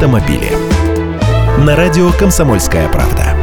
автомобили. На радио «Комсомольская правда».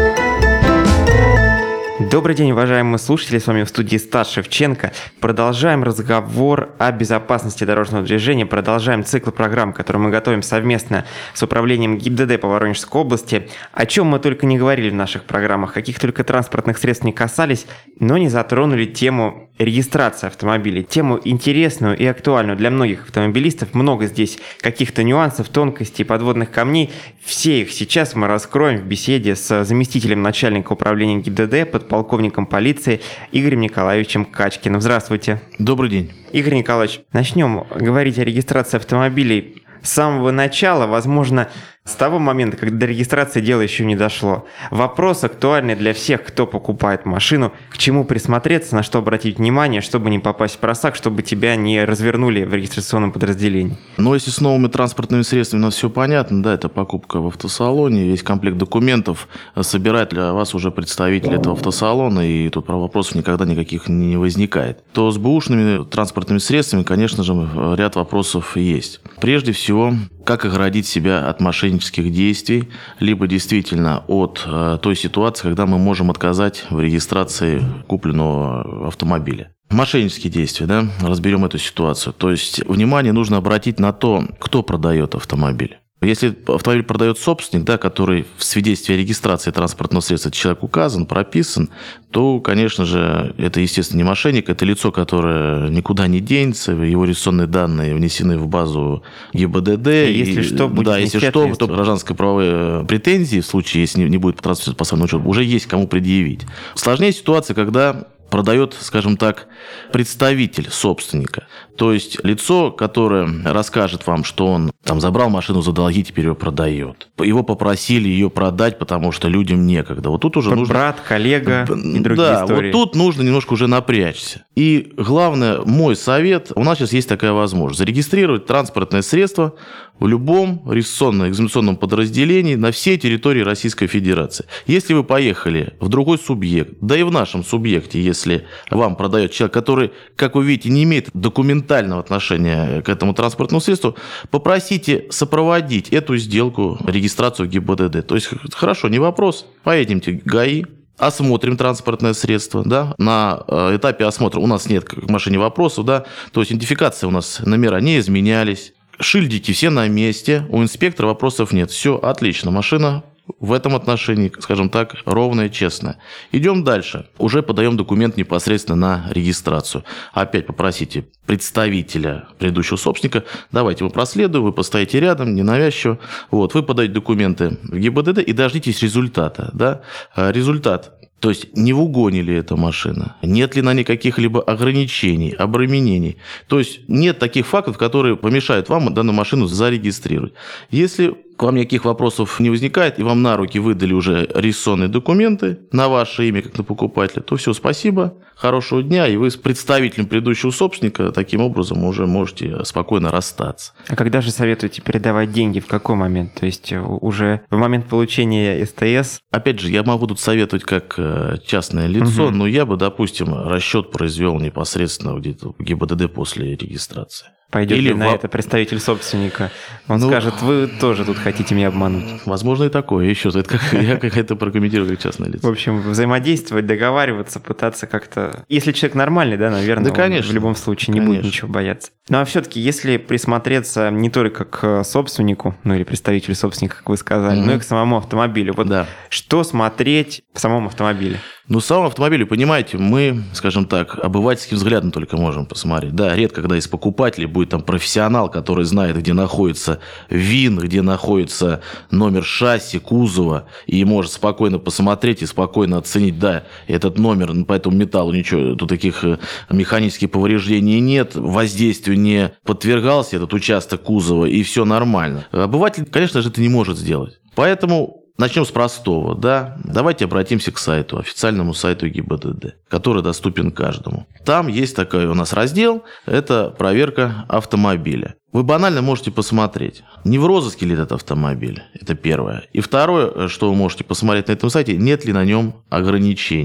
Добрый день, уважаемые слушатели, с вами в студии Стас Шевченко. Продолжаем разговор о безопасности дорожного движения, продолжаем цикл программ, который мы готовим совместно с управлением ГИБДД по Воронежской области. О чем мы только не говорили в наших программах, каких только транспортных средств не касались, но не затронули тему регистрации автомобилей, тему интересную и актуальную для многих автомобилистов. Много здесь каких-то нюансов, тонкостей, подводных камней. Все их сейчас мы раскроем в беседе с заместителем начальника управления ГИБДД, подполковником полиции Игорем Николаевичем Качкиным. Здравствуйте. Добрый день. Игорь Николаевич, начнем говорить о регистрации автомобилей с самого начала, возможно, с того момента, когда до регистрации дело еще не дошло. Вопрос актуальный для всех, кто покупает машину. К чему присмотреться, на что обратить внимание, чтобы не попасть в просак, чтобы тебя не развернули в регистрационном подразделении. Но если с новыми транспортными средствами у нас все понятно, да, это покупка в автосалоне, весь комплект документов собирает для вас уже представитель этого автосалона, и тут вопросов никогда никаких не возникает. То с бэушными транспортными средствами, конечно же, ряд вопросов есть. Прежде всего, как оградить себя от мошеннических действий, либо действительно от той ситуации, когда мы можем отказать в регистрации купленного автомобиля. Мошеннические действия, да, разберем эту ситуацию. То есть, внимание нужно обратить на то, кто продает автомобиль. Если автомобиль продает собственник, да, который в свидетельстве о регистрации транспортного средства человек указан, прописан, то, конечно же, это, естественно, не мошенник, это лицо, которое никуда не денется, его регистрационные данные внесены в базу ГИБДД. Если что, будет если что, то гражданские правовые претензии, в случае, если не будет трансфера по самому учету, уже есть кому предъявить. Сложнее ситуация, когда продает, скажем так, представитель собственника. То есть лицо, которое расскажет вам, что он там забрал машину за долги, теперь ее продает. Его попросили ее продать, потому что людям некогда. Вот тут уже нужно... Брат, коллега и другие истории. Вот тут нужно немножко уже напрячься. И главное, мой совет, у нас сейчас есть такая возможность, зарегистрировать транспортное средство в любом регистрационно-экзаменационном подразделении на всей территории Российской Федерации. Если вы поехали в другой субъект, да и в нашем субъекте, если вам продает человек, который, как вы видите, не имеет документального отношения к этому транспортному средству, попросите сопроводить эту сделку, регистрацию в ГИБДД. То есть, хорошо, не вопрос, поедемте в ГАИ, осмотрим транспортное средство, да, на этапе осмотра у нас нет к машине вопросов, да, то есть идентификация у нас, номера не изменялись, шильдики все на месте, у инспектора вопросов нет, все отлично, машина в этом отношении, скажем так, ровная, честная. Идем дальше. Уже подаем документ непосредственно на регистрацию. Опять попросите представителя предыдущего собственника. Давайте мы проследуем, вы постоите рядом, ненавязчиво. Вот, вы подаете документы в ГИБДД и дождитесь результата. Да? Результат. То есть, не в угоне ли эта машина? Нет ли на ней каких-либо ограничений, обременений? То есть, нет таких фактов, которые помешают вам данную машину зарегистрировать. Если к вам никаких вопросов не возникает, и вам на руки выдали уже регистрационные документы на ваше имя, как на покупателя, то все, спасибо, хорошего дня, и вы с представителем предыдущего собственника таким образом уже можете спокойно расстаться. А когда же советуете передавать деньги, в какой момент? То есть уже в момент получения СТС? Опять же, я могу тут советовать как частное лицо, но я бы, допустим, расчет произвел непосредственно где-то в ГИБДД после регистрации. Пойдет ли на это представитель собственника? Он скажет, вы тоже тут хотите меня обмануть. Возможно, и такое. Еще это я как-то прокомментирую как частное лицо. В общем, взаимодействовать, договариваться, пытаться как-то... Если человек нормальный, да, наверное, да, конечно, в любом случае не будет ничего бояться. Ну, а все-таки, если присмотреться не только к собственнику, ну, или представителю собственника, как вы сказали, но и к самому автомобилю. Вот что смотреть в самом автомобиле? Ну, в самом автомобиле, понимаете, мы, скажем так, обывательским взглядом только можем посмотреть. Да, редко, когда из покупателей будет там профессионал, который знает, где находится ВИН, где находится номер шасси, кузова, и может спокойно посмотреть и спокойно оценить, да, этот номер, по этому металлу ничего, тут таких механических повреждений нет, воздействию не подвергался этот участок кузова, и все нормально. Обыватель, конечно же, это не может сделать. Поэтому... Начнем с простого, да. Давайте обратимся к сайту, официальному сайту ГИБДД, который доступен каждому. Там есть такой у нас раздел, это проверка автомобиля. Вы банально можете посмотреть, не в розыске ли этот автомобиль, это первое. И второе, что вы можете посмотреть на этом сайте, нет ли на нем ограничений.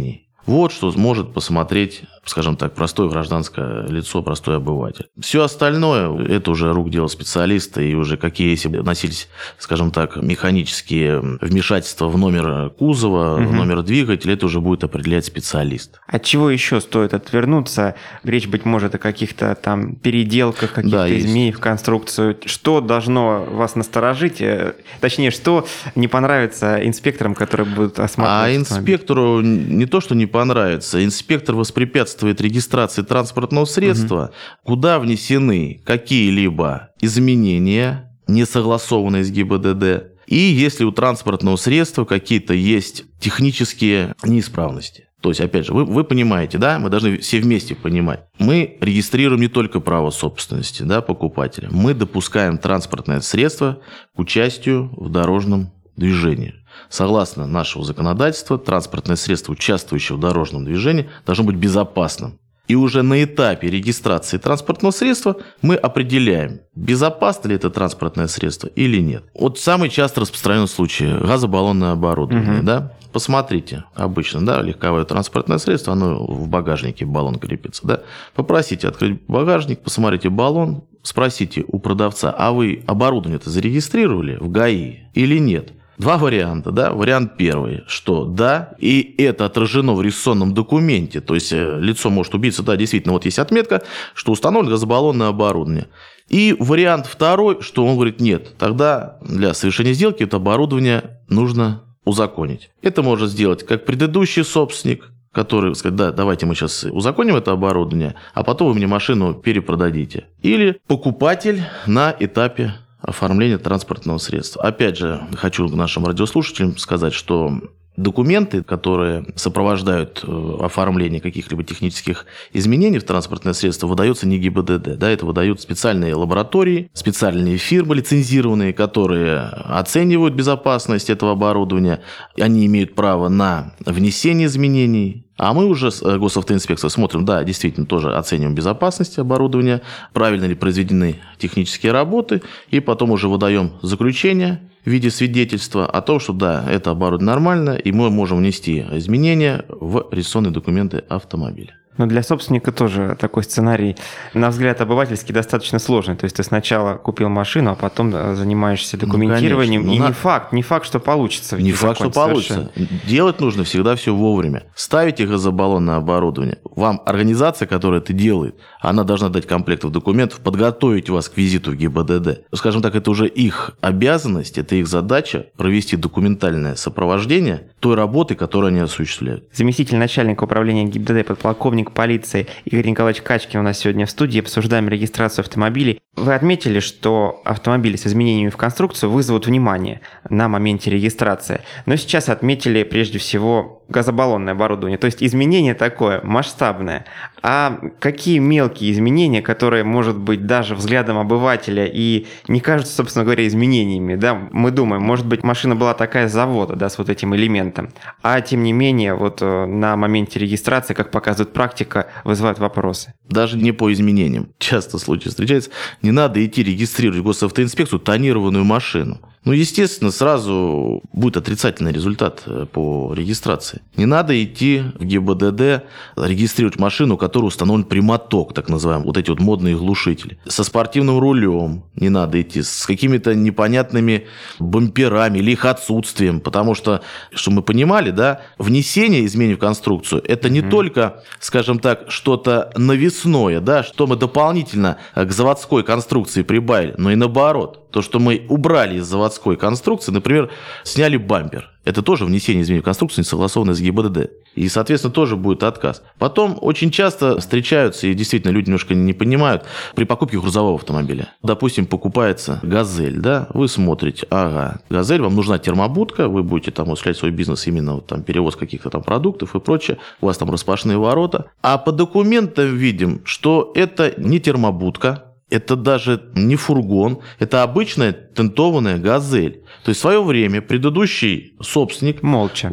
Вот что может посмотреть, скажем так, простое гражданское лицо, простой обыватель. Все остальное – это уже рук дело специалиста, и уже какие, если бы носились, скажем так, механические вмешательства в номер кузова, в номер двигателя, это уже будет определять специалист. От чего еще стоит отвернуться? Речь, быть может, о каких-то там переделках, каких-то изменениях в конструкцию. Что должно вас насторожить? Точнее, что не понравится инспекторам, которые будут осматривать? А инспектору не то, что не понравится. Инспектор воспрепятствует регистрации транспортного средства, куда внесены какие-либо изменения, не согласованные с ГИБДД, и если у транспортного средства какие-то есть технические неисправности. То есть, опять же, вы понимаете, да, мы должны все вместе понимать. Мы регистрируем не только право собственности, да, покупателя. Мы допускаем транспортное средство к участию в дорожном движении. Согласно нашего законодательства, транспортное средство, участвующее в дорожном движении, должно быть безопасным. И уже на этапе регистрации транспортного средства мы определяем, безопасно ли это транспортное средство или нет. Вот самый часто распространенный случай – газобаллонное оборудование. Да? Посмотрите, обычно, да, легковое транспортное средство, оно в багажнике, баллон крепится. Да? Попросите открыть багажник, посмотрите баллон, спросите у продавца, а вы оборудование-то зарегистрировали в ГАИ или нет? Два варианта, да. Вариант первый, что да, и это отражено в регистрационном документе, то есть лицо может убедиться, да, действительно, вот есть отметка, что установлено газобаллонное оборудование. И вариант второй, что он говорит, нет, тогда для совершения сделки это оборудование нужно узаконить. Это может сделать как предыдущий собственник, который сказать, да, давайте мы сейчас узаконим это оборудование, а потом вы мне машину перепродадите. Или покупатель на этапе оформления транспортного средства. Опять же, хочу нашим радиослушателям сказать, что документы, которые сопровождают оформление каких-либо технических изменений в транспортное средство, выдаются не ГИБДД. Да, это выдают специальные лаборатории, специальные фирмы лицензированные, которые оценивают безопасность этого оборудования. Они имеют право на внесение изменений. А мы уже с госавтоинспекцией смотрим, да, действительно, тоже оцениваем безопасность оборудования, правильно ли произведены технические работы, и потом уже выдаем заключение в виде свидетельства о том, что да, это оборудование нормально, и мы можем внести изменения в регистрационные документы автомобиля. Но для собственника тоже такой сценарий, на взгляд обывательский, достаточно сложный. То есть ты сначала купил машину, а потом занимаешься документированием. И не факт, что получится. Не факт, что получится. Делать нужно всегда все вовремя. Ставите газобаллонное оборудование. Вам организация, которая это делает, она должна дать комплект документов, подготовить вас к визиту в ГИБДД. Скажем так, это уже их обязанность, это их задача провести документальное сопровождение той работы, которую они осуществляют. Заместитель начальника управления ГИБДД, подполковник полиции Игорь Николаевич Качкин у нас сегодня в студии. Обсуждаем регистрацию автомобилей. Вы отметили, что автомобили с изменениями в конструкцию вызовут внимание на моменте регистрации. Но сейчас отметили прежде всего газобаллонное оборудование. То есть изменение такое масштабное. А какие мелкие изменения, которые, может быть, даже взглядом обывателя и не кажутся, собственно говоря, изменениями, да, мы думаем, может быть, машина была такая с завода, да, с вот этим элементом, а тем не менее, вот на моменте регистрации, как показывает практика, вызывают вопросы. Даже не по изменениям. Часто случаи встречаются. Не надо идти регистрировать в госавтоинспекцию тонированную машину. Ну, естественно, сразу будет отрицательный результат по регистрации. Не надо идти в ГИБДД регистрировать машину, у которой установлен прямоток, так называемый, вот эти вот модные глушители. Со спортивным рулем не надо идти, с какими-то непонятными бамперами или их отсутствием, потому что, чтобы мы понимали, да, внесение изменений в конструкцию – это не только, скажем так, что-то навесное, да, что мы дополнительно к заводской конструкции прибавили, но и наоборот. То, что мы убрали из заводской конструкции, например, сняли бампер. Это тоже внесение изменений в конструкцию, не согласованное с ГИБДД. И, соответственно, тоже будет отказ. Потом очень часто встречаются, и действительно люди немножко не понимают, при покупке грузового автомобиля. Допустим, покупается «Газель», да, вы смотрите, ага, «Газель», вам нужна термобудка, вы будете там осуществлять свой бизнес, именно вот, там, перевоз каких-то там продуктов и прочее, у вас там распашные ворота. А по документам видим, что это не термобудка, это даже не фургон, это обычная тентованная «Газель». То есть в свое время предыдущий собственник молча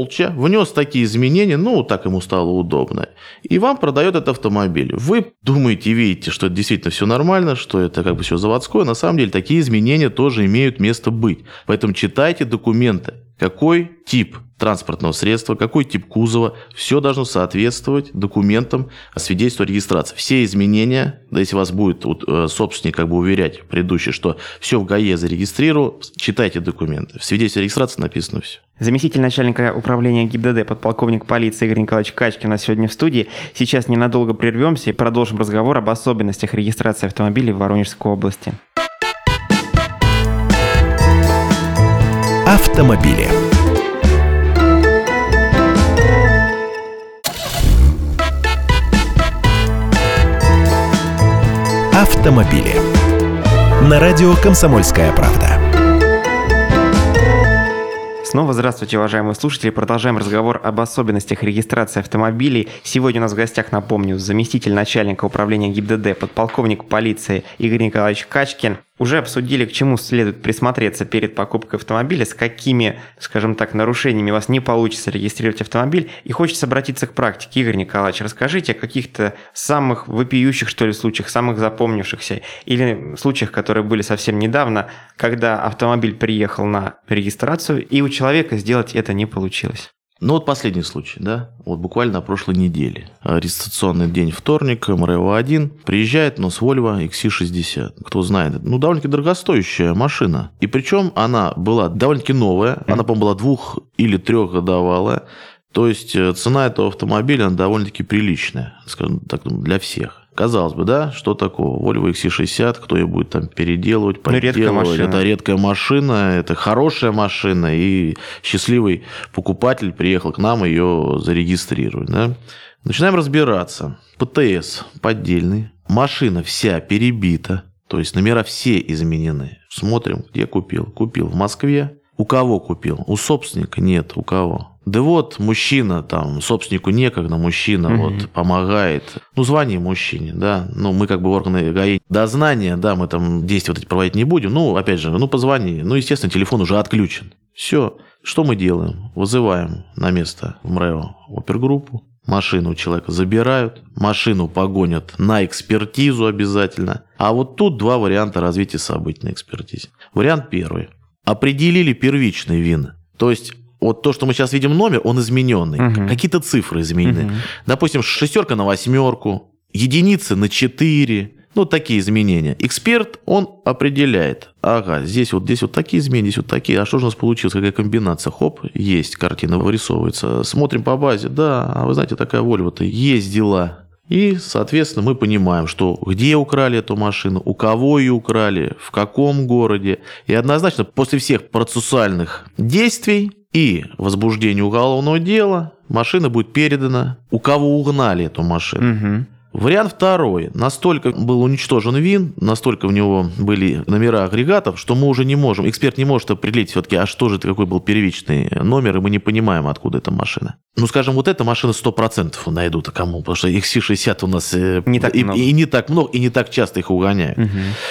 внес такие изменения, ну, так ему стало удобно, и вам продает этот автомобиль. Вы думаете и видите, что это действительно все нормально, что это как бы все заводское. На самом деле такие изменения тоже имеют место быть. Поэтому читайте документы. какой тип транспортного средства, какой тип кузова, все должно соответствовать документам свидетельства о регистрации. Все изменения, да, если вас будет собственник уверять предыдущий, что все в ГАЕ зарегистрировал, читайте документы. В свидетельстве о регистрации написано все. Заместитель начальника управления ГИБДД, подполковник полиции Игорь Николаевич Качкин у нас сегодня в студии. Сейчас ненадолго прервемся и продолжим разговор об особенностях регистрации автомобилей в Воронежской области. Автомобили. Автомобили. На радио «Комсомольская правда». Снова здравствуйте, уважаемые слушатели. Продолжаем разговор об особенностях регистрации автомобилей. Сегодня у нас в гостях, напомню, заместитель начальника управления ГИБДД, подполковник полиции Игорь Николаевич Качкин. Уже обсудили, к чему следует присмотреться перед покупкой автомобиля, с какими, скажем так, нарушениями у вас не получится регистрировать автомобиль. И хочется обратиться к практике. Игорь Николаевич, расскажите о каких-то самых вопиющих, что ли, случаях, самых запомнившихся, или случаях, которые были совсем недавно, когда автомобиль приехал на регистрацию, и у человека сделать это не получилось. Ну вот последний случай, да, вот буквально на прошлой неделе. Регистрационный день вторник, МРЭО-1, приезжает, но с Volvo XC60. Кто знает, довольно-таки дорогостоящая машина. И причем она была довольно-таки новая, она, по-моему, была 2- или 3-годовалая. То есть цена этого автомобиля она довольно-таки приличная, скажем так, для всех. Казалось бы, да, что такого? Volvo XC60, кто ее будет там переделывать, подделывать. Это редкая машина, это хорошая машина, и счастливый покупатель приехал к нам ее зарегистрировать. Да? Начинаем разбираться. ПТС поддельный, машина вся перебита, то есть номера все изменены. Смотрим, где купил. Купил в Москве. У кого купил? У собственника? Нет, у кого? Да вот, мужчина там, собственнику некогда, мужчина вот помогает. Звони мужчине, да. Мы органы ГАИ дознания, да, мы там действия вот эти проводить не будем. Опять же, позвони. Естественно, телефон уже отключен. Все. Что мы делаем? Вызываем на место в МРЭО опергруппу. Машину у человека забирают, машину погонят на экспертизу обязательно. А вот тут 2 варианта развития событий на экспертизе. Вариант первый. Определили первичный ВИН. То есть, вот то, что мы сейчас видим номер, он измененный. Какие-то цифры изменены. Допустим, 6 на 8, единицы на 4. Такие изменения. Эксперт, он определяет. Ага, здесь вот такие изменения, здесь вот такие. А что же у нас получилось? Какая комбинация? Хоп, есть, картина вырисовывается. Смотрим по базе. Да, а вы знаете, такая Volvo-то есть дела. И, соответственно, мы понимаем, что где украли эту машину, у кого ее украли, в каком городе. И однозначно после всех процессуальных действий и возбуждения уголовного дела машина будет передана, у кого угнали эту машину. Вариант второй. Настолько был уничтожен ВИН, настолько в него были номера агрегатов, что мы уже не можем, эксперт не может определить все-таки, а что же это, какой был первичный номер, и мы не понимаем, откуда эта машина. Скажем, вот эта машина 100% найдут, кому, потому что XC60 у нас не так много. И не так много, и не так часто их угоняют.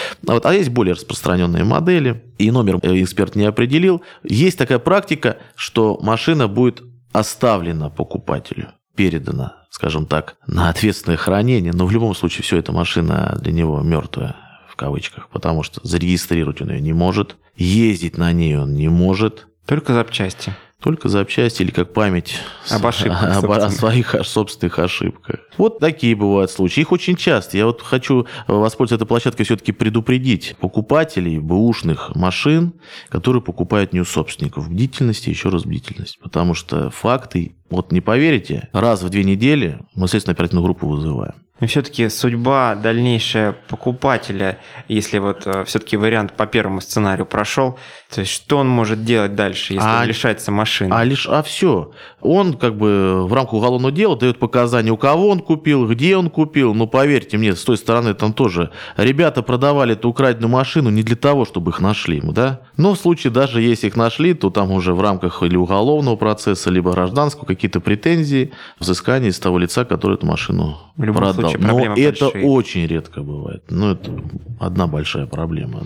А есть более распространенные модели, и номер эксперт не определил. Есть такая практика, что машина будет оставлена покупателю, передана, скажем так, на ответственное хранение, но в любом случае все эта машина для него мертвая, в кавычках, потому что зарегистрировать он ее не может, ездить на ней он не может. Только запчасти. Только запчасти или как память об ошибках, о своих собственных ошибках. Вот такие бывают случаи. Их очень часто. Я хочу воспользоваться этой площадкой все-таки предупредить покупателей бэушных машин, которые покупают не у собственников. Бдительность, еще раз бдительность. Потому что факты, не поверите, раз в 2 недели мы следственно-оперативную группу вызываем. Но все-таки судьба дальнейшая покупателя, если все-таки вариант по первому сценарию прошел, то есть что он может делать дальше, если он лишается машины? Все. Он в рамках уголовного дела дает показания, у кого он купил, где он купил. Поверьте мне, с той стороны там тоже ребята продавали эту украденную машину не для того, чтобы их нашли. Да? Но в случае, даже если их нашли, то там уже в рамках или уголовного процесса, либо гражданского какие-то претензии, взыскания из того лица, который эту машину продал. Но это очень редко бывает. Это одна большая проблема, да.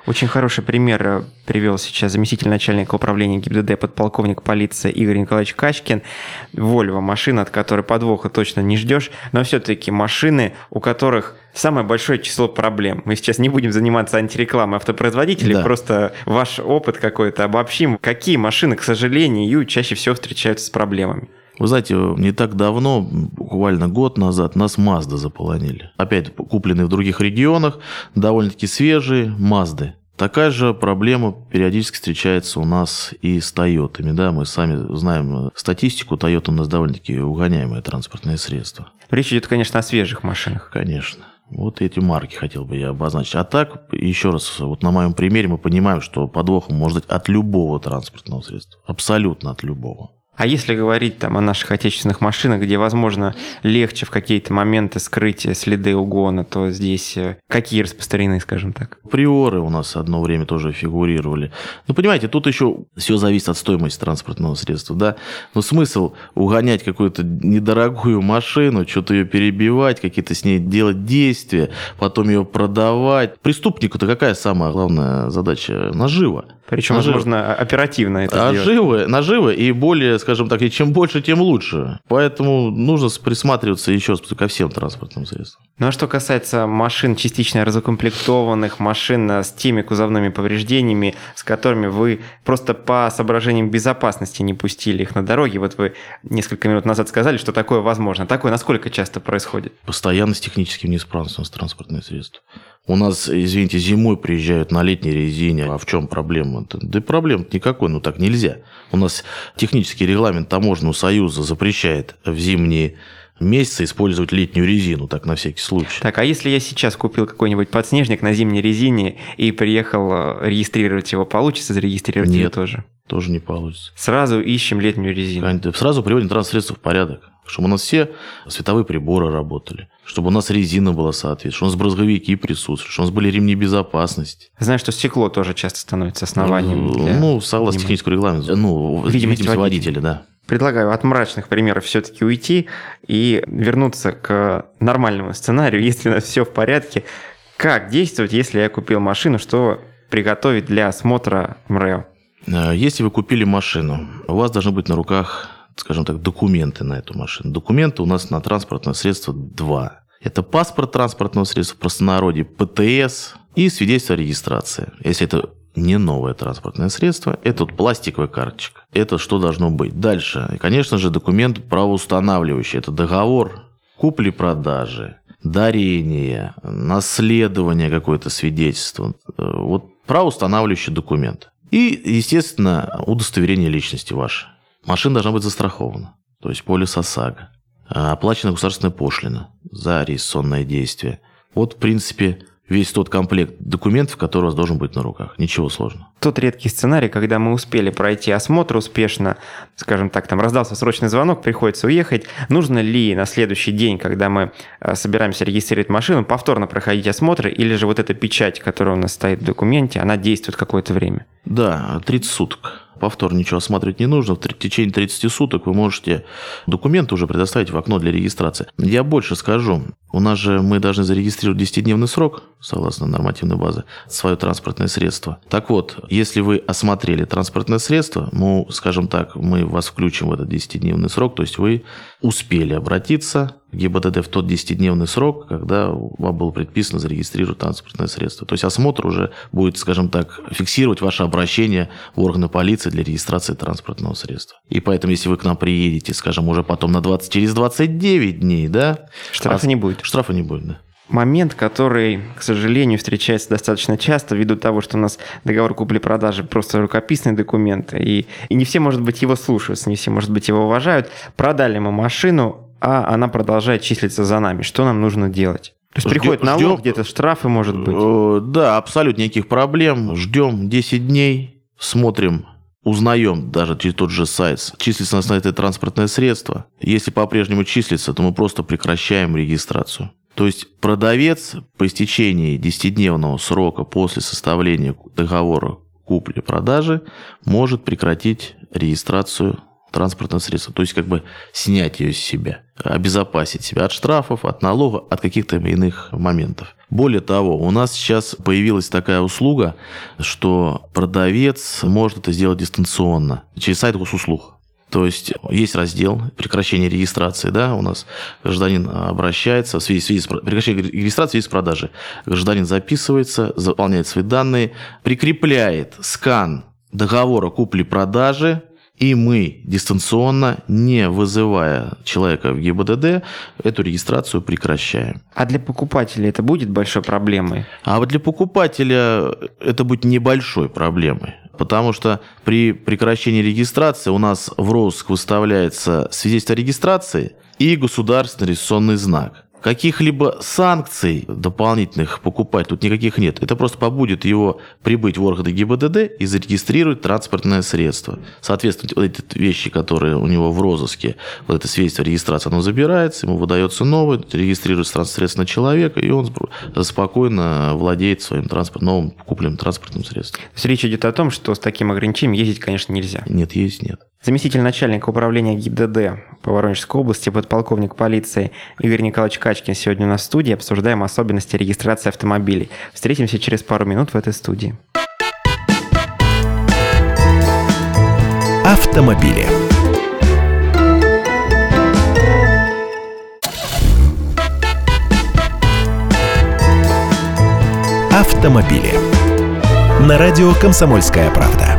Очень хороший пример привел сейчас заместитель начальника управления ГИБДД, подполковник полиции Игорь Николаевич Качкин. Вольво, машина, от которой подвоха точно не ждешь, но все-таки машины, у которых самое большое число проблем. Мы сейчас не будем заниматься антирекламой автопроизводителей, просто ваш опыт какой-то обобщим. Какие машины, к сожалению, чаще всего встречаются с проблемами? Вы знаете, не так давно, буквально год назад, нас Mazda заполонили. Опять купленные в других регионах, довольно-таки свежие Mazda. Такая же проблема периодически встречается у нас и с Тойотами. Да, мы сами знаем статистику, Тойота у нас довольно-таки угоняемое транспортное средство. Речь идет, конечно, о свежих машинах. Конечно. Вот эти марки хотел бы я обозначить. А так, еще раз, вот на моем примере мы понимаем, что подвохом может быть от любого транспортного средства. Абсолютно от любого. А если говорить там о наших отечественных машинах, где, возможно, легче в какие-то моменты скрыть следы угона, то здесь какие распространены, скажем так? Приоры у нас одно время тоже фигурировали. Ну, понимаете, тут еще все зависит от стоимости транспортного средства, да? Но смысл угонять какую-то недорогую машину, что-то ее перебивать, какие-то с ней делать действия, потом ее продавать. Преступнику-то какая самая главная задача? Нажива. Причем, возможно, оперативно это сделать. Наживы и более, скажем так, и чем больше, тем лучше. Поэтому нужно присматриваться еще раз ко всем транспортным средствам. Ну а что касается машин, частично разукомплектованных, машин с теми кузовными повреждениями, с которыми вы просто по соображениям безопасности не пустили их на дороге. Вот вы несколько минут назад сказали, что такое возможно. Такое насколько часто происходит? Постоянно с техническим неисправностью у нас транспортные средства. У нас, извините, зимой приезжают на летней резине. А в чем проблема? Да проблем никакой, ну так нельзя. У нас технический регламент Таможенного союза запрещает в зимние месяцы использовать летнюю резину, так на всякий случай. Так, а если я сейчас купил какой-нибудь подснежник на зимней резине и приехал регистрировать его, получится зарегистрировать ее тоже? Нет, тоже не получится. Сразу ищем летнюю резину. Сразу приводим транспортное средство в порядок. Чтобы у нас все световые приборы работали, чтобы у нас резина была соответствующая, чтобы у нас брызговики присутствовали, чтобы у нас были ремни безопасности. Знаю, что стекло тоже часто становится основанием для... Ну, согласно техническому регламенту, видимость водителя, да. Предлагаю от мрачных примеров все-таки уйти и вернуться к нормальному сценарию, если у нас все в порядке. Как действовать, если я купил машину, что приготовить для осмотра МРЭО? Если вы купили машину, у вас должны быть на руках, скажем так, документы на эту машину. Документы у нас на транспортное средство 2. Это паспорт транспортного средства, в простонародье ПТС и свидетельство о регистрации. Если это не новое транспортное средство, это вот пластиковая карточка. Это что должно быть? Дальше, конечно же, документ правоустанавливающий. Это договор купли-продажи, дарения, наследования, какое-то свидетельство. Вот правоустанавливающий документ. И, естественно, удостоверение личности вашей. Машина должна быть застрахована, то есть полис ОСАГО. Оплачена государственная пошлина за реестрационное действие. Вот, в принципе, весь тот комплект документов, который у вас должен быть на руках. Ничего сложного. Тот редкий сценарий, когда мы успели пройти осмотр успешно, скажем так, там раздался срочный звонок, приходится уехать. Нужно ли на следующий день, когда мы собираемся регистрировать машину, повторно проходить осмотр, или же вот эта печать, которая у нас стоит в документе, она действует какое-то время? Да, 30 суток. Повторно ничего осматривать не нужно. В течение 30 суток вы можете документы уже предоставить в окно для регистрации. Я больше скажу. У нас же мы должны зарегистрировать 10-дневный срок, согласно нормативной базе, свое транспортное средство. Так вот, если вы осмотрели транспортное средство, ну, скажем так, мы вас включим в этот 10-дневный срок, то есть вы успели обратиться в ГИБДД в тот 10-дневный срок, когда вам было предписано зарегистрировать транспортное средство. То есть осмотр уже будет, скажем так, фиксировать ваше обращение в органы полиции для регистрации транспортного средства. И поэтому, если вы к нам приедете, скажем, уже потом через 29 дней, да? Штрафа не будет. Штрафа не будет, да. Момент, который, к сожалению, встречается достаточно часто ввиду того, что у нас договор купли-продажи просто рукописный документ, и не все, может быть, его слушаются, не все, может быть, его уважают. Продали мы машину, а она продолжает числиться за нами. Что нам нужно делать? То есть приходит налог, где-то штрафы, может быть? Да, абсолютно никаких проблем. Ждем 10 дней, смотрим, узнаем даже через тот же сайт, числится у нас на это транспортное средство. Если по-прежнему числится, то мы просто прекращаем регистрацию. То есть продавец по истечении 10-дневного срока после составления договора купли-продажи может прекратить регистрацию транспортного средства. То есть как бы снять ее с себя, обезопасить себя от штрафов, от налога, от каких-то иных моментов. Более того, у нас сейчас появилась такая услуга, что продавец может это сделать дистанционно через сайт госуслуг. То есть раздел прекращения регистрации, да, у нас гражданин обращается в связи с прекращением регистрации в связи с продажей. Гражданин записывается, заполняет свои данные, прикрепляет скан договора купли-продажи, и мы дистанционно, не вызывая человека в ГИБДД, эту регистрацию прекращаем. А для покупателя это будет большой проблемой? А вот для покупателя это будет небольшой проблемой. Потому что при прекращении регистрации у нас в розыск выставляется свидетельство о регистрации и государственный регистрационный знак. Каких-либо санкций дополнительных покупать тут никаких нет. Это просто побудет его прибыть в органы ГИБДД и зарегистрировать транспортное средство. Соответственно, вот эти вещи, которые у него в розыске, вот это свидетельство о регистрации, оно забирается, ему выдается новое, регистрируется транспортное средство на человека, и он спокойно владеет своим новым купленным транспортным средством. То есть речь идет о том, что с таким ограничением ездить, конечно, нельзя. Нет, ездить нет. Заместитель начальника управления ГИБДД по Воронежской области, подполковник полиции Игорь Николаевич Качкин сегодня у нас в студии. Обсуждаем особенности регистрации автомобилей. Встретимся через пару минут в этой студии. Автомобили. Автомобили. На радио «Комсомольская правда».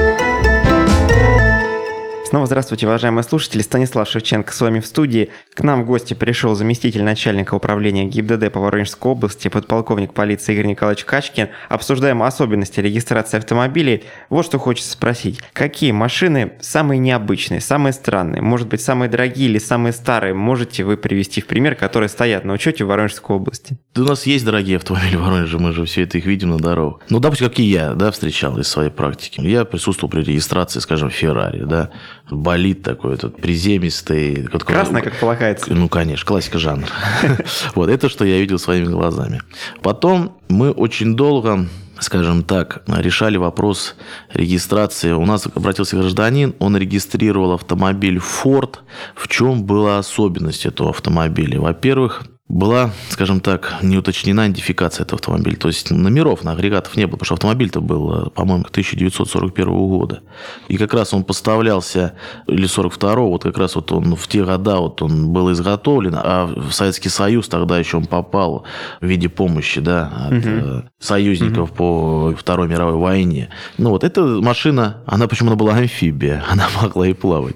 Снова здравствуйте, уважаемые слушатели. Станислав Шевченко с вами в студии. К нам в гости пришел заместитель начальника управления ГИБДД по Воронежской области, подполковник полиции Игорь Николаевич Качкин. Обсуждаем особенности регистрации автомобилей. Вот что хочется спросить. Какие машины самые необычные, самые странные, может быть, самые дорогие или самые старые, можете вы привести в пример, которые стоят на учете в Воронежской области? Да у нас есть дорогие автомобили в Воронеже, мы же все это их видим на дорогах. Ну, допустим, как и я, да, встречал из своей практики. Я присутствовал при регистрации, скажем, Феррари, да, болид такой, этот приземистый. Красный, как полагается. Ну, конечно, классика жанра. Вот, это что я видел своими глазами. Потом мы очень долго, скажем так, решали вопрос регистрации. У нас обратился гражданин, он регистрировал автомобиль Ford. В чем была особенность этого автомобиля? Во-первых, была, скажем так, не уточнена идентификация этого автомобиля. То есть номеров на агрегатов не было, потому что автомобиль-то был, по-моему, 1941 года. И как раз он поставлялся, или 42-го, вот как раз вот он в те года вот он был изготовлен, а в Советский Союз тогда еще он попал в виде помощи, да, от союзников по Второй мировой войне. Ну вот эта машина, она почему она была амфибия, она могла и плавать.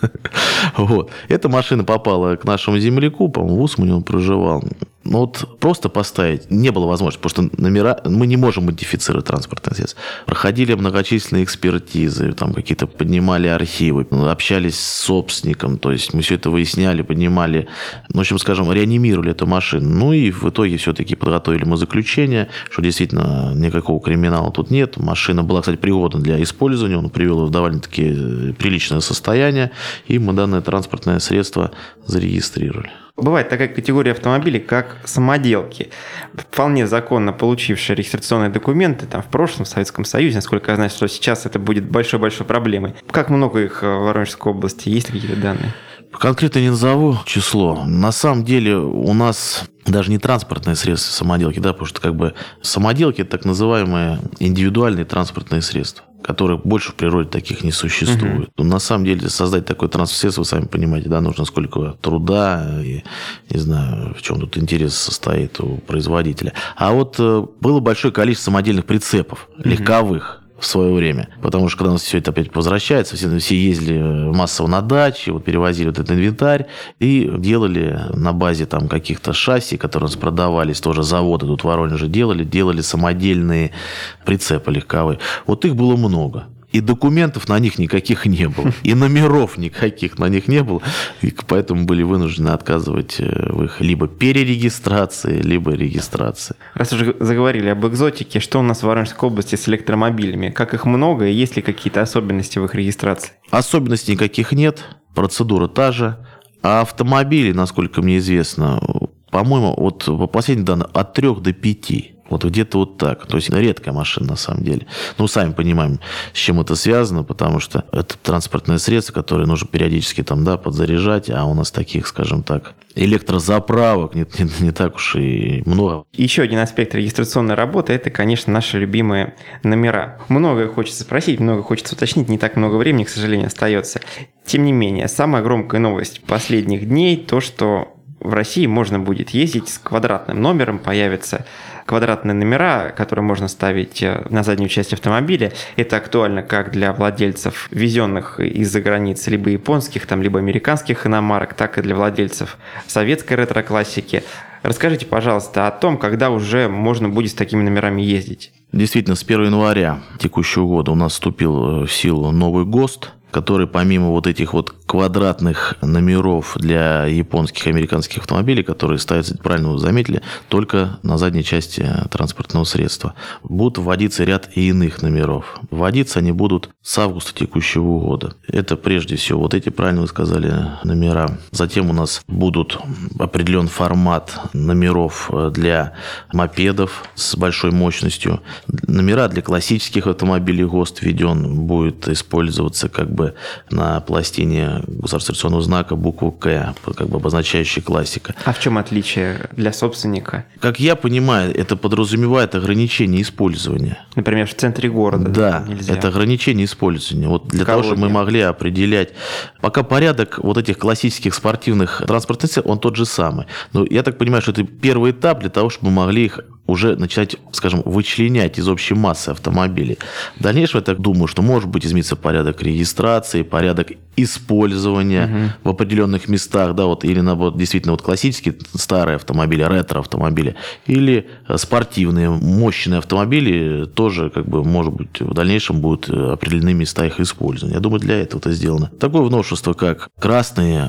Вот. Эта машина попала к нашему земляку, по-моему, в Усмане он проживал. Но вот просто поставить не было возможности, потому что номера мы не можем модифицировать транспортное средство. Проходили многочисленные экспертизы, там какие-то поднимали архивы, общались с собственником, то есть мы все это выясняли, поднимали, в общем, скажем, реанимировали эту машину. Ну и в итоге все-таки подготовили мы заключение, что действительно никакого криминала тут нет. Машина была, кстати, пригодна для использования, он привел ее в довольно-таки приличное состояние, и мы данное транспортное средство зарегистрировали. Бывает такая категория автомобилей, как самоделки, вполне законно получившие регистрационные документы там, в прошлом в Советском Союзе, насколько я знаю, что сейчас это будет большой-большой проблемой. Как много их в Воронежской области? Есть ли какие-то данные? Конкретно не назову число. На самом деле у нас даже не транспортные средства самоделки, да, потому что как бы самоделки – это так называемые индивидуальные транспортные средства, которых больше в природе таких не существует. На самом деле создать такое транспортное средство, вы сами понимаете, да, нужно сколько труда и, не знаю, в чем тут интерес состоит у производителя. А вот было большое количество самодельных прицепов, легковых, в свое время. Потому что когда у нас все это опять возвращается, все ездили массово на дачи, вот перевозили вот этот инвентарь и делали на базе там каких-то шасси, которые у нас продавались, тоже заводы тут в Воронеже делали самодельные прицепы легковые. Вот их было много. И документов на них никаких не было. И номеров никаких на них не было. И поэтому были вынуждены отказывать в их либо перерегистрации, либо регистрации. Раз уже заговорили об экзотике, что у нас в Воронежской области с электромобилями? Как их много и есть ли какие-то особенности в их регистрации? Особенностей никаких нет. Процедура та же. А автомобили, насколько мне известно, по-моему, вот по последним данным, от 3 до 5. Вот где-то вот так. То есть редкая машина на самом деле. Ну, сами понимаем, с чем это связано, потому что это транспортное средство, которое нужно периодически там, да, подзаряжать, а у нас таких, скажем так, электрозаправок не так уж и много. Еще один аспект регистрационной работы – это, конечно, наши любимые номера. Многое хочется спросить, многое хочется уточнить, не так много времени, к сожалению, остается. Тем не менее, самая громкая новость последних дней – то, что в России можно будет ездить с квадратным номером, появятся квадратные номера, которые можно ставить на заднюю часть автомобиля. Это актуально как для владельцев везенных из-за границы либо японских, либо американских иномарок, так и для владельцев советской ретро-классики. Расскажите, пожалуйста, о том, когда уже можно будет с такими номерами ездить. Действительно, с 1 января текущего года у нас вступил в силу новый ГОСТ, который помимо вот этих вот квадратных номеров для японских и американских автомобилей, которые ставятся, правильно вы заметили, только на задней части транспортного средства, будут вводиться ряд и иных номеров. Вводиться они будут с августа текущего года. Это прежде всего вот эти, правильно вы сказали, номера. Затем у нас будут определен формат номеров для мопедов с большой мощностью. Номера для классических автомобилей ГОСТ введен, будет использоваться как бы на пластине государственного знака букву «К», как бы обозначающая классика. А в чем отличие для собственника? Как я понимаю, это подразумевает ограничение использования. Например, в центре города. Да, нельзя. это ограничение использования. Вот для того, чтобы мы могли определять... Пока порядок вот этих классических спортивных транспортных средств, он тот же самый. Но я так понимаю, что это первый этап для того, чтобы мы могли их уже начать, скажем, вычленять из общей массы автомобилей. В дальнейшем, я так думаю, что может быть изменится порядок регистрации, порядок использования в определенных местах, да, вот, или наоборот, действительно вот классические старые автомобили, ретро-автомобили, или спортивные, мощные автомобили тоже, как бы, может быть, в дальнейшем будут определены места их использования. Я думаю, для этого это сделано. Такое новшество, как красные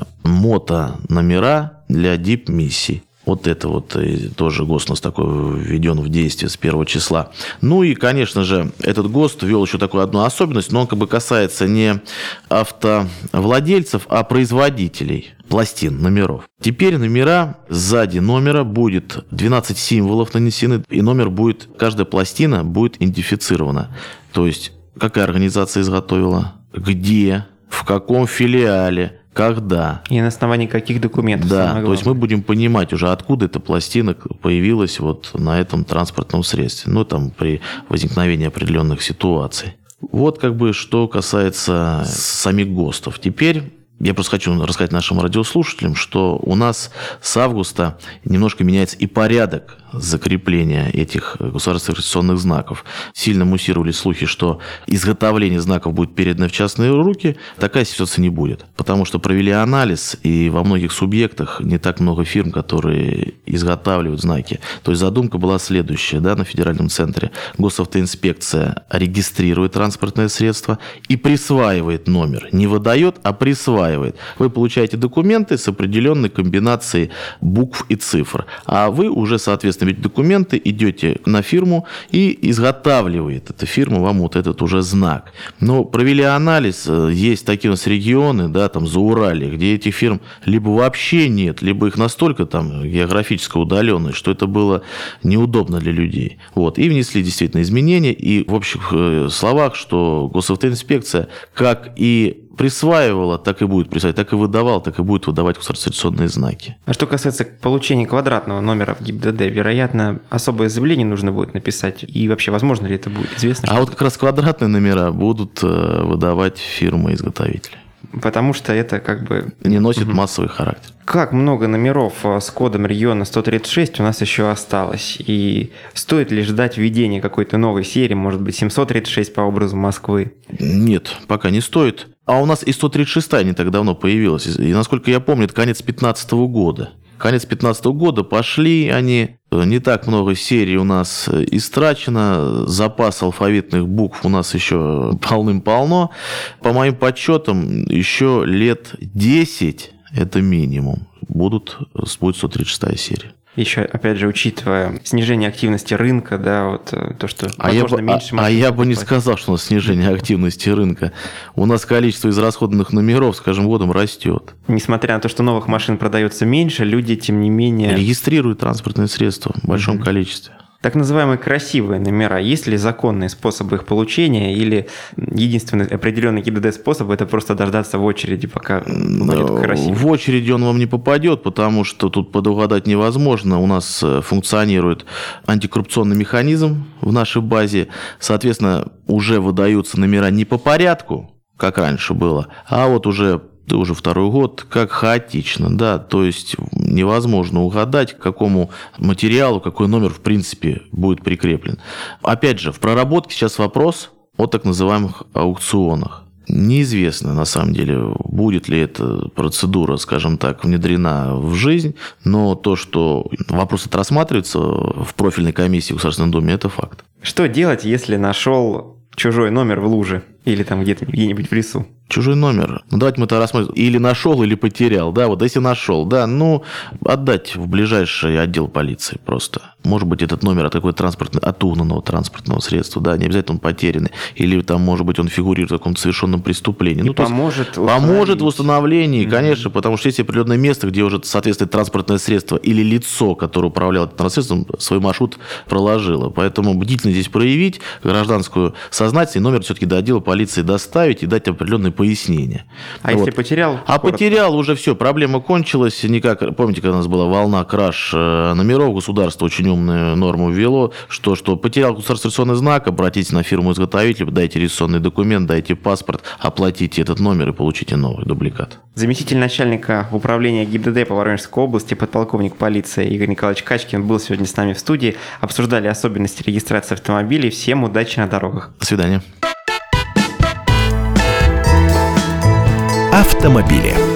мото-номера для дип-миссий. Вот это вот тоже ГОСТ у нас такой введен в действие с 1 числа. Ну и, конечно же, этот ГОСТ ввел еще такую одну особенность, но он как бы касается не автовладельцев, а производителей пластин, номеров. Теперь номера, сзади номера будет 12 символов нанесены, и номер будет, каждая пластина будет идентифицирована. То есть, какая организация изготовила, где, в каком филиале, когда. И на основании каких документов. Да, то есть мы будем понимать уже, откуда эта пластина появилась вот на этом транспортном средстве. Ну, там, при возникновении определенных ситуаций. Вот как бы что касается самих ГОСТов. Теперь я просто хочу рассказать нашим радиослушателям, что у нас с августа немножко меняется и порядок закрепления этих государственных регистрационных знаков. Сильно муссировали слухи, что изготовление знаков будет передано в частные руки. Такая ситуация не будет, потому что провели анализ, и во многих субъектах не так много фирм, которые изготавливают знаки. То есть задумка была следующая, да, на федеральном центре. Госавтоинспекция регистрирует транспортное средство и присваивает номер. Не выдает, а присваивает. Вы получаете документы с определенной комбинацией букв и цифр, а вы уже, соответственно, ведь документы, идете на фирму и изготавливает эта фирма вам вот этот уже знак. Но провели анализ, есть такие у нас регионы, да, там Зауралье, где этих фирм либо вообще нет, либо их настолько там географическая удаленность, что это было неудобно для людей. Вот. И внесли действительно изменения, и в общих словах, что Госавтоинспекция как и присваивала, так и будет присваивать, так и выдавала, так и будет выдавать государственные знаки. А что касается получения квадратного номера в ГИБДД, вероятно, особое заявление нужно будет написать. И вообще, возможно ли это будет? Известно? А вот как раз квадратные номера будут выдавать фирмы-изготовители. Потому что это как бы... Не носит массовый характер. Как много номеров с кодом региона 136 у нас еще осталось? И стоит ли ждать введения какой-то новой серии, может быть, 736 по образу Москвы? Нет, пока не стоит. А у нас и 136 не так давно появилась. И, насколько я помню, это конец 2015 года. Конец 2015 года пошли они, не так много серий у нас истрачено, запас алфавитных букв у нас еще полным-полно. По моим подсчетам, еще лет 10, это минимум, будет 136 серия. Еще, опять же, учитывая снижение активности рынка, да, вот то, что, возможно, меньше... я бы не сказал, что у нас снижение активности рынка. У нас количество израсходованных номеров с каждым годом растет. Несмотря на то, что новых машин продается меньше, люди, тем не менее... Регистрируют транспортные средства в большом количестве. так называемые красивые номера. Есть ли законные способы их получения или единственный определенный ГИБДД способ – это просто дождаться в очереди, пока будет красиво? В очереди он вам не попадет, потому что тут подугадать невозможно. У нас функционирует антикоррупционный механизм в нашей базе. Соответственно, уже выдаются номера не по порядку, как раньше было, а вот уже второй год, как хаотично, да, то есть невозможно угадать, к какому материалу, какой номер, в принципе, будет прикреплен. Опять же, в проработке сейчас вопрос о так называемых аукционах. Неизвестно, на самом деле, будет ли эта процедура, скажем так, внедрена в жизнь, но то, что вопрос это рассматривается в профильной комиссии в Государственной Думе, это факт. Что делать, если нашел чужой номер в луже или там где-нибудь в лесу? Чужой номер. Ну, давайте мы это рассмотрим. Или нашел, или потерял. Да, вот если нашел, да, отдать в ближайший отдел полиции просто. Может быть, этот номер от угнанного транспортного средства, да, не обязательно он потерянный. Или там, может быть, он фигурирует в каком-то совершенном преступлении. Поможет в установлении, конечно, потому что есть определенное место, где уже соответствует транспортное средство или лицо, которое управляло этим транспортным средством, свой маршрут проложило. Поэтому бдительность здесь проявить, гражданскую сознательность, и номер все-таки до отдела полиции доставить и дать определенные пояснения. Если потерял? Потерял, уже все, проблема кончилась. Никак, помните, когда у нас была волна краж номеров, государство очень умную норму ввело, что потерял государственный регистрационный знак, обратитесь на фирму-изготовителя, дайте регистрационный документ, дайте паспорт, оплатите этот номер и получите новый дубликат. Заместитель начальника управления ГИБДД по Воронежской области, подполковник полиции Игорь Николаевич Качкин был сегодня с нами в студии. Обсуждали особенности регистрации автомобилей. Всем удачи на дорогах. До свидания. Автомобили.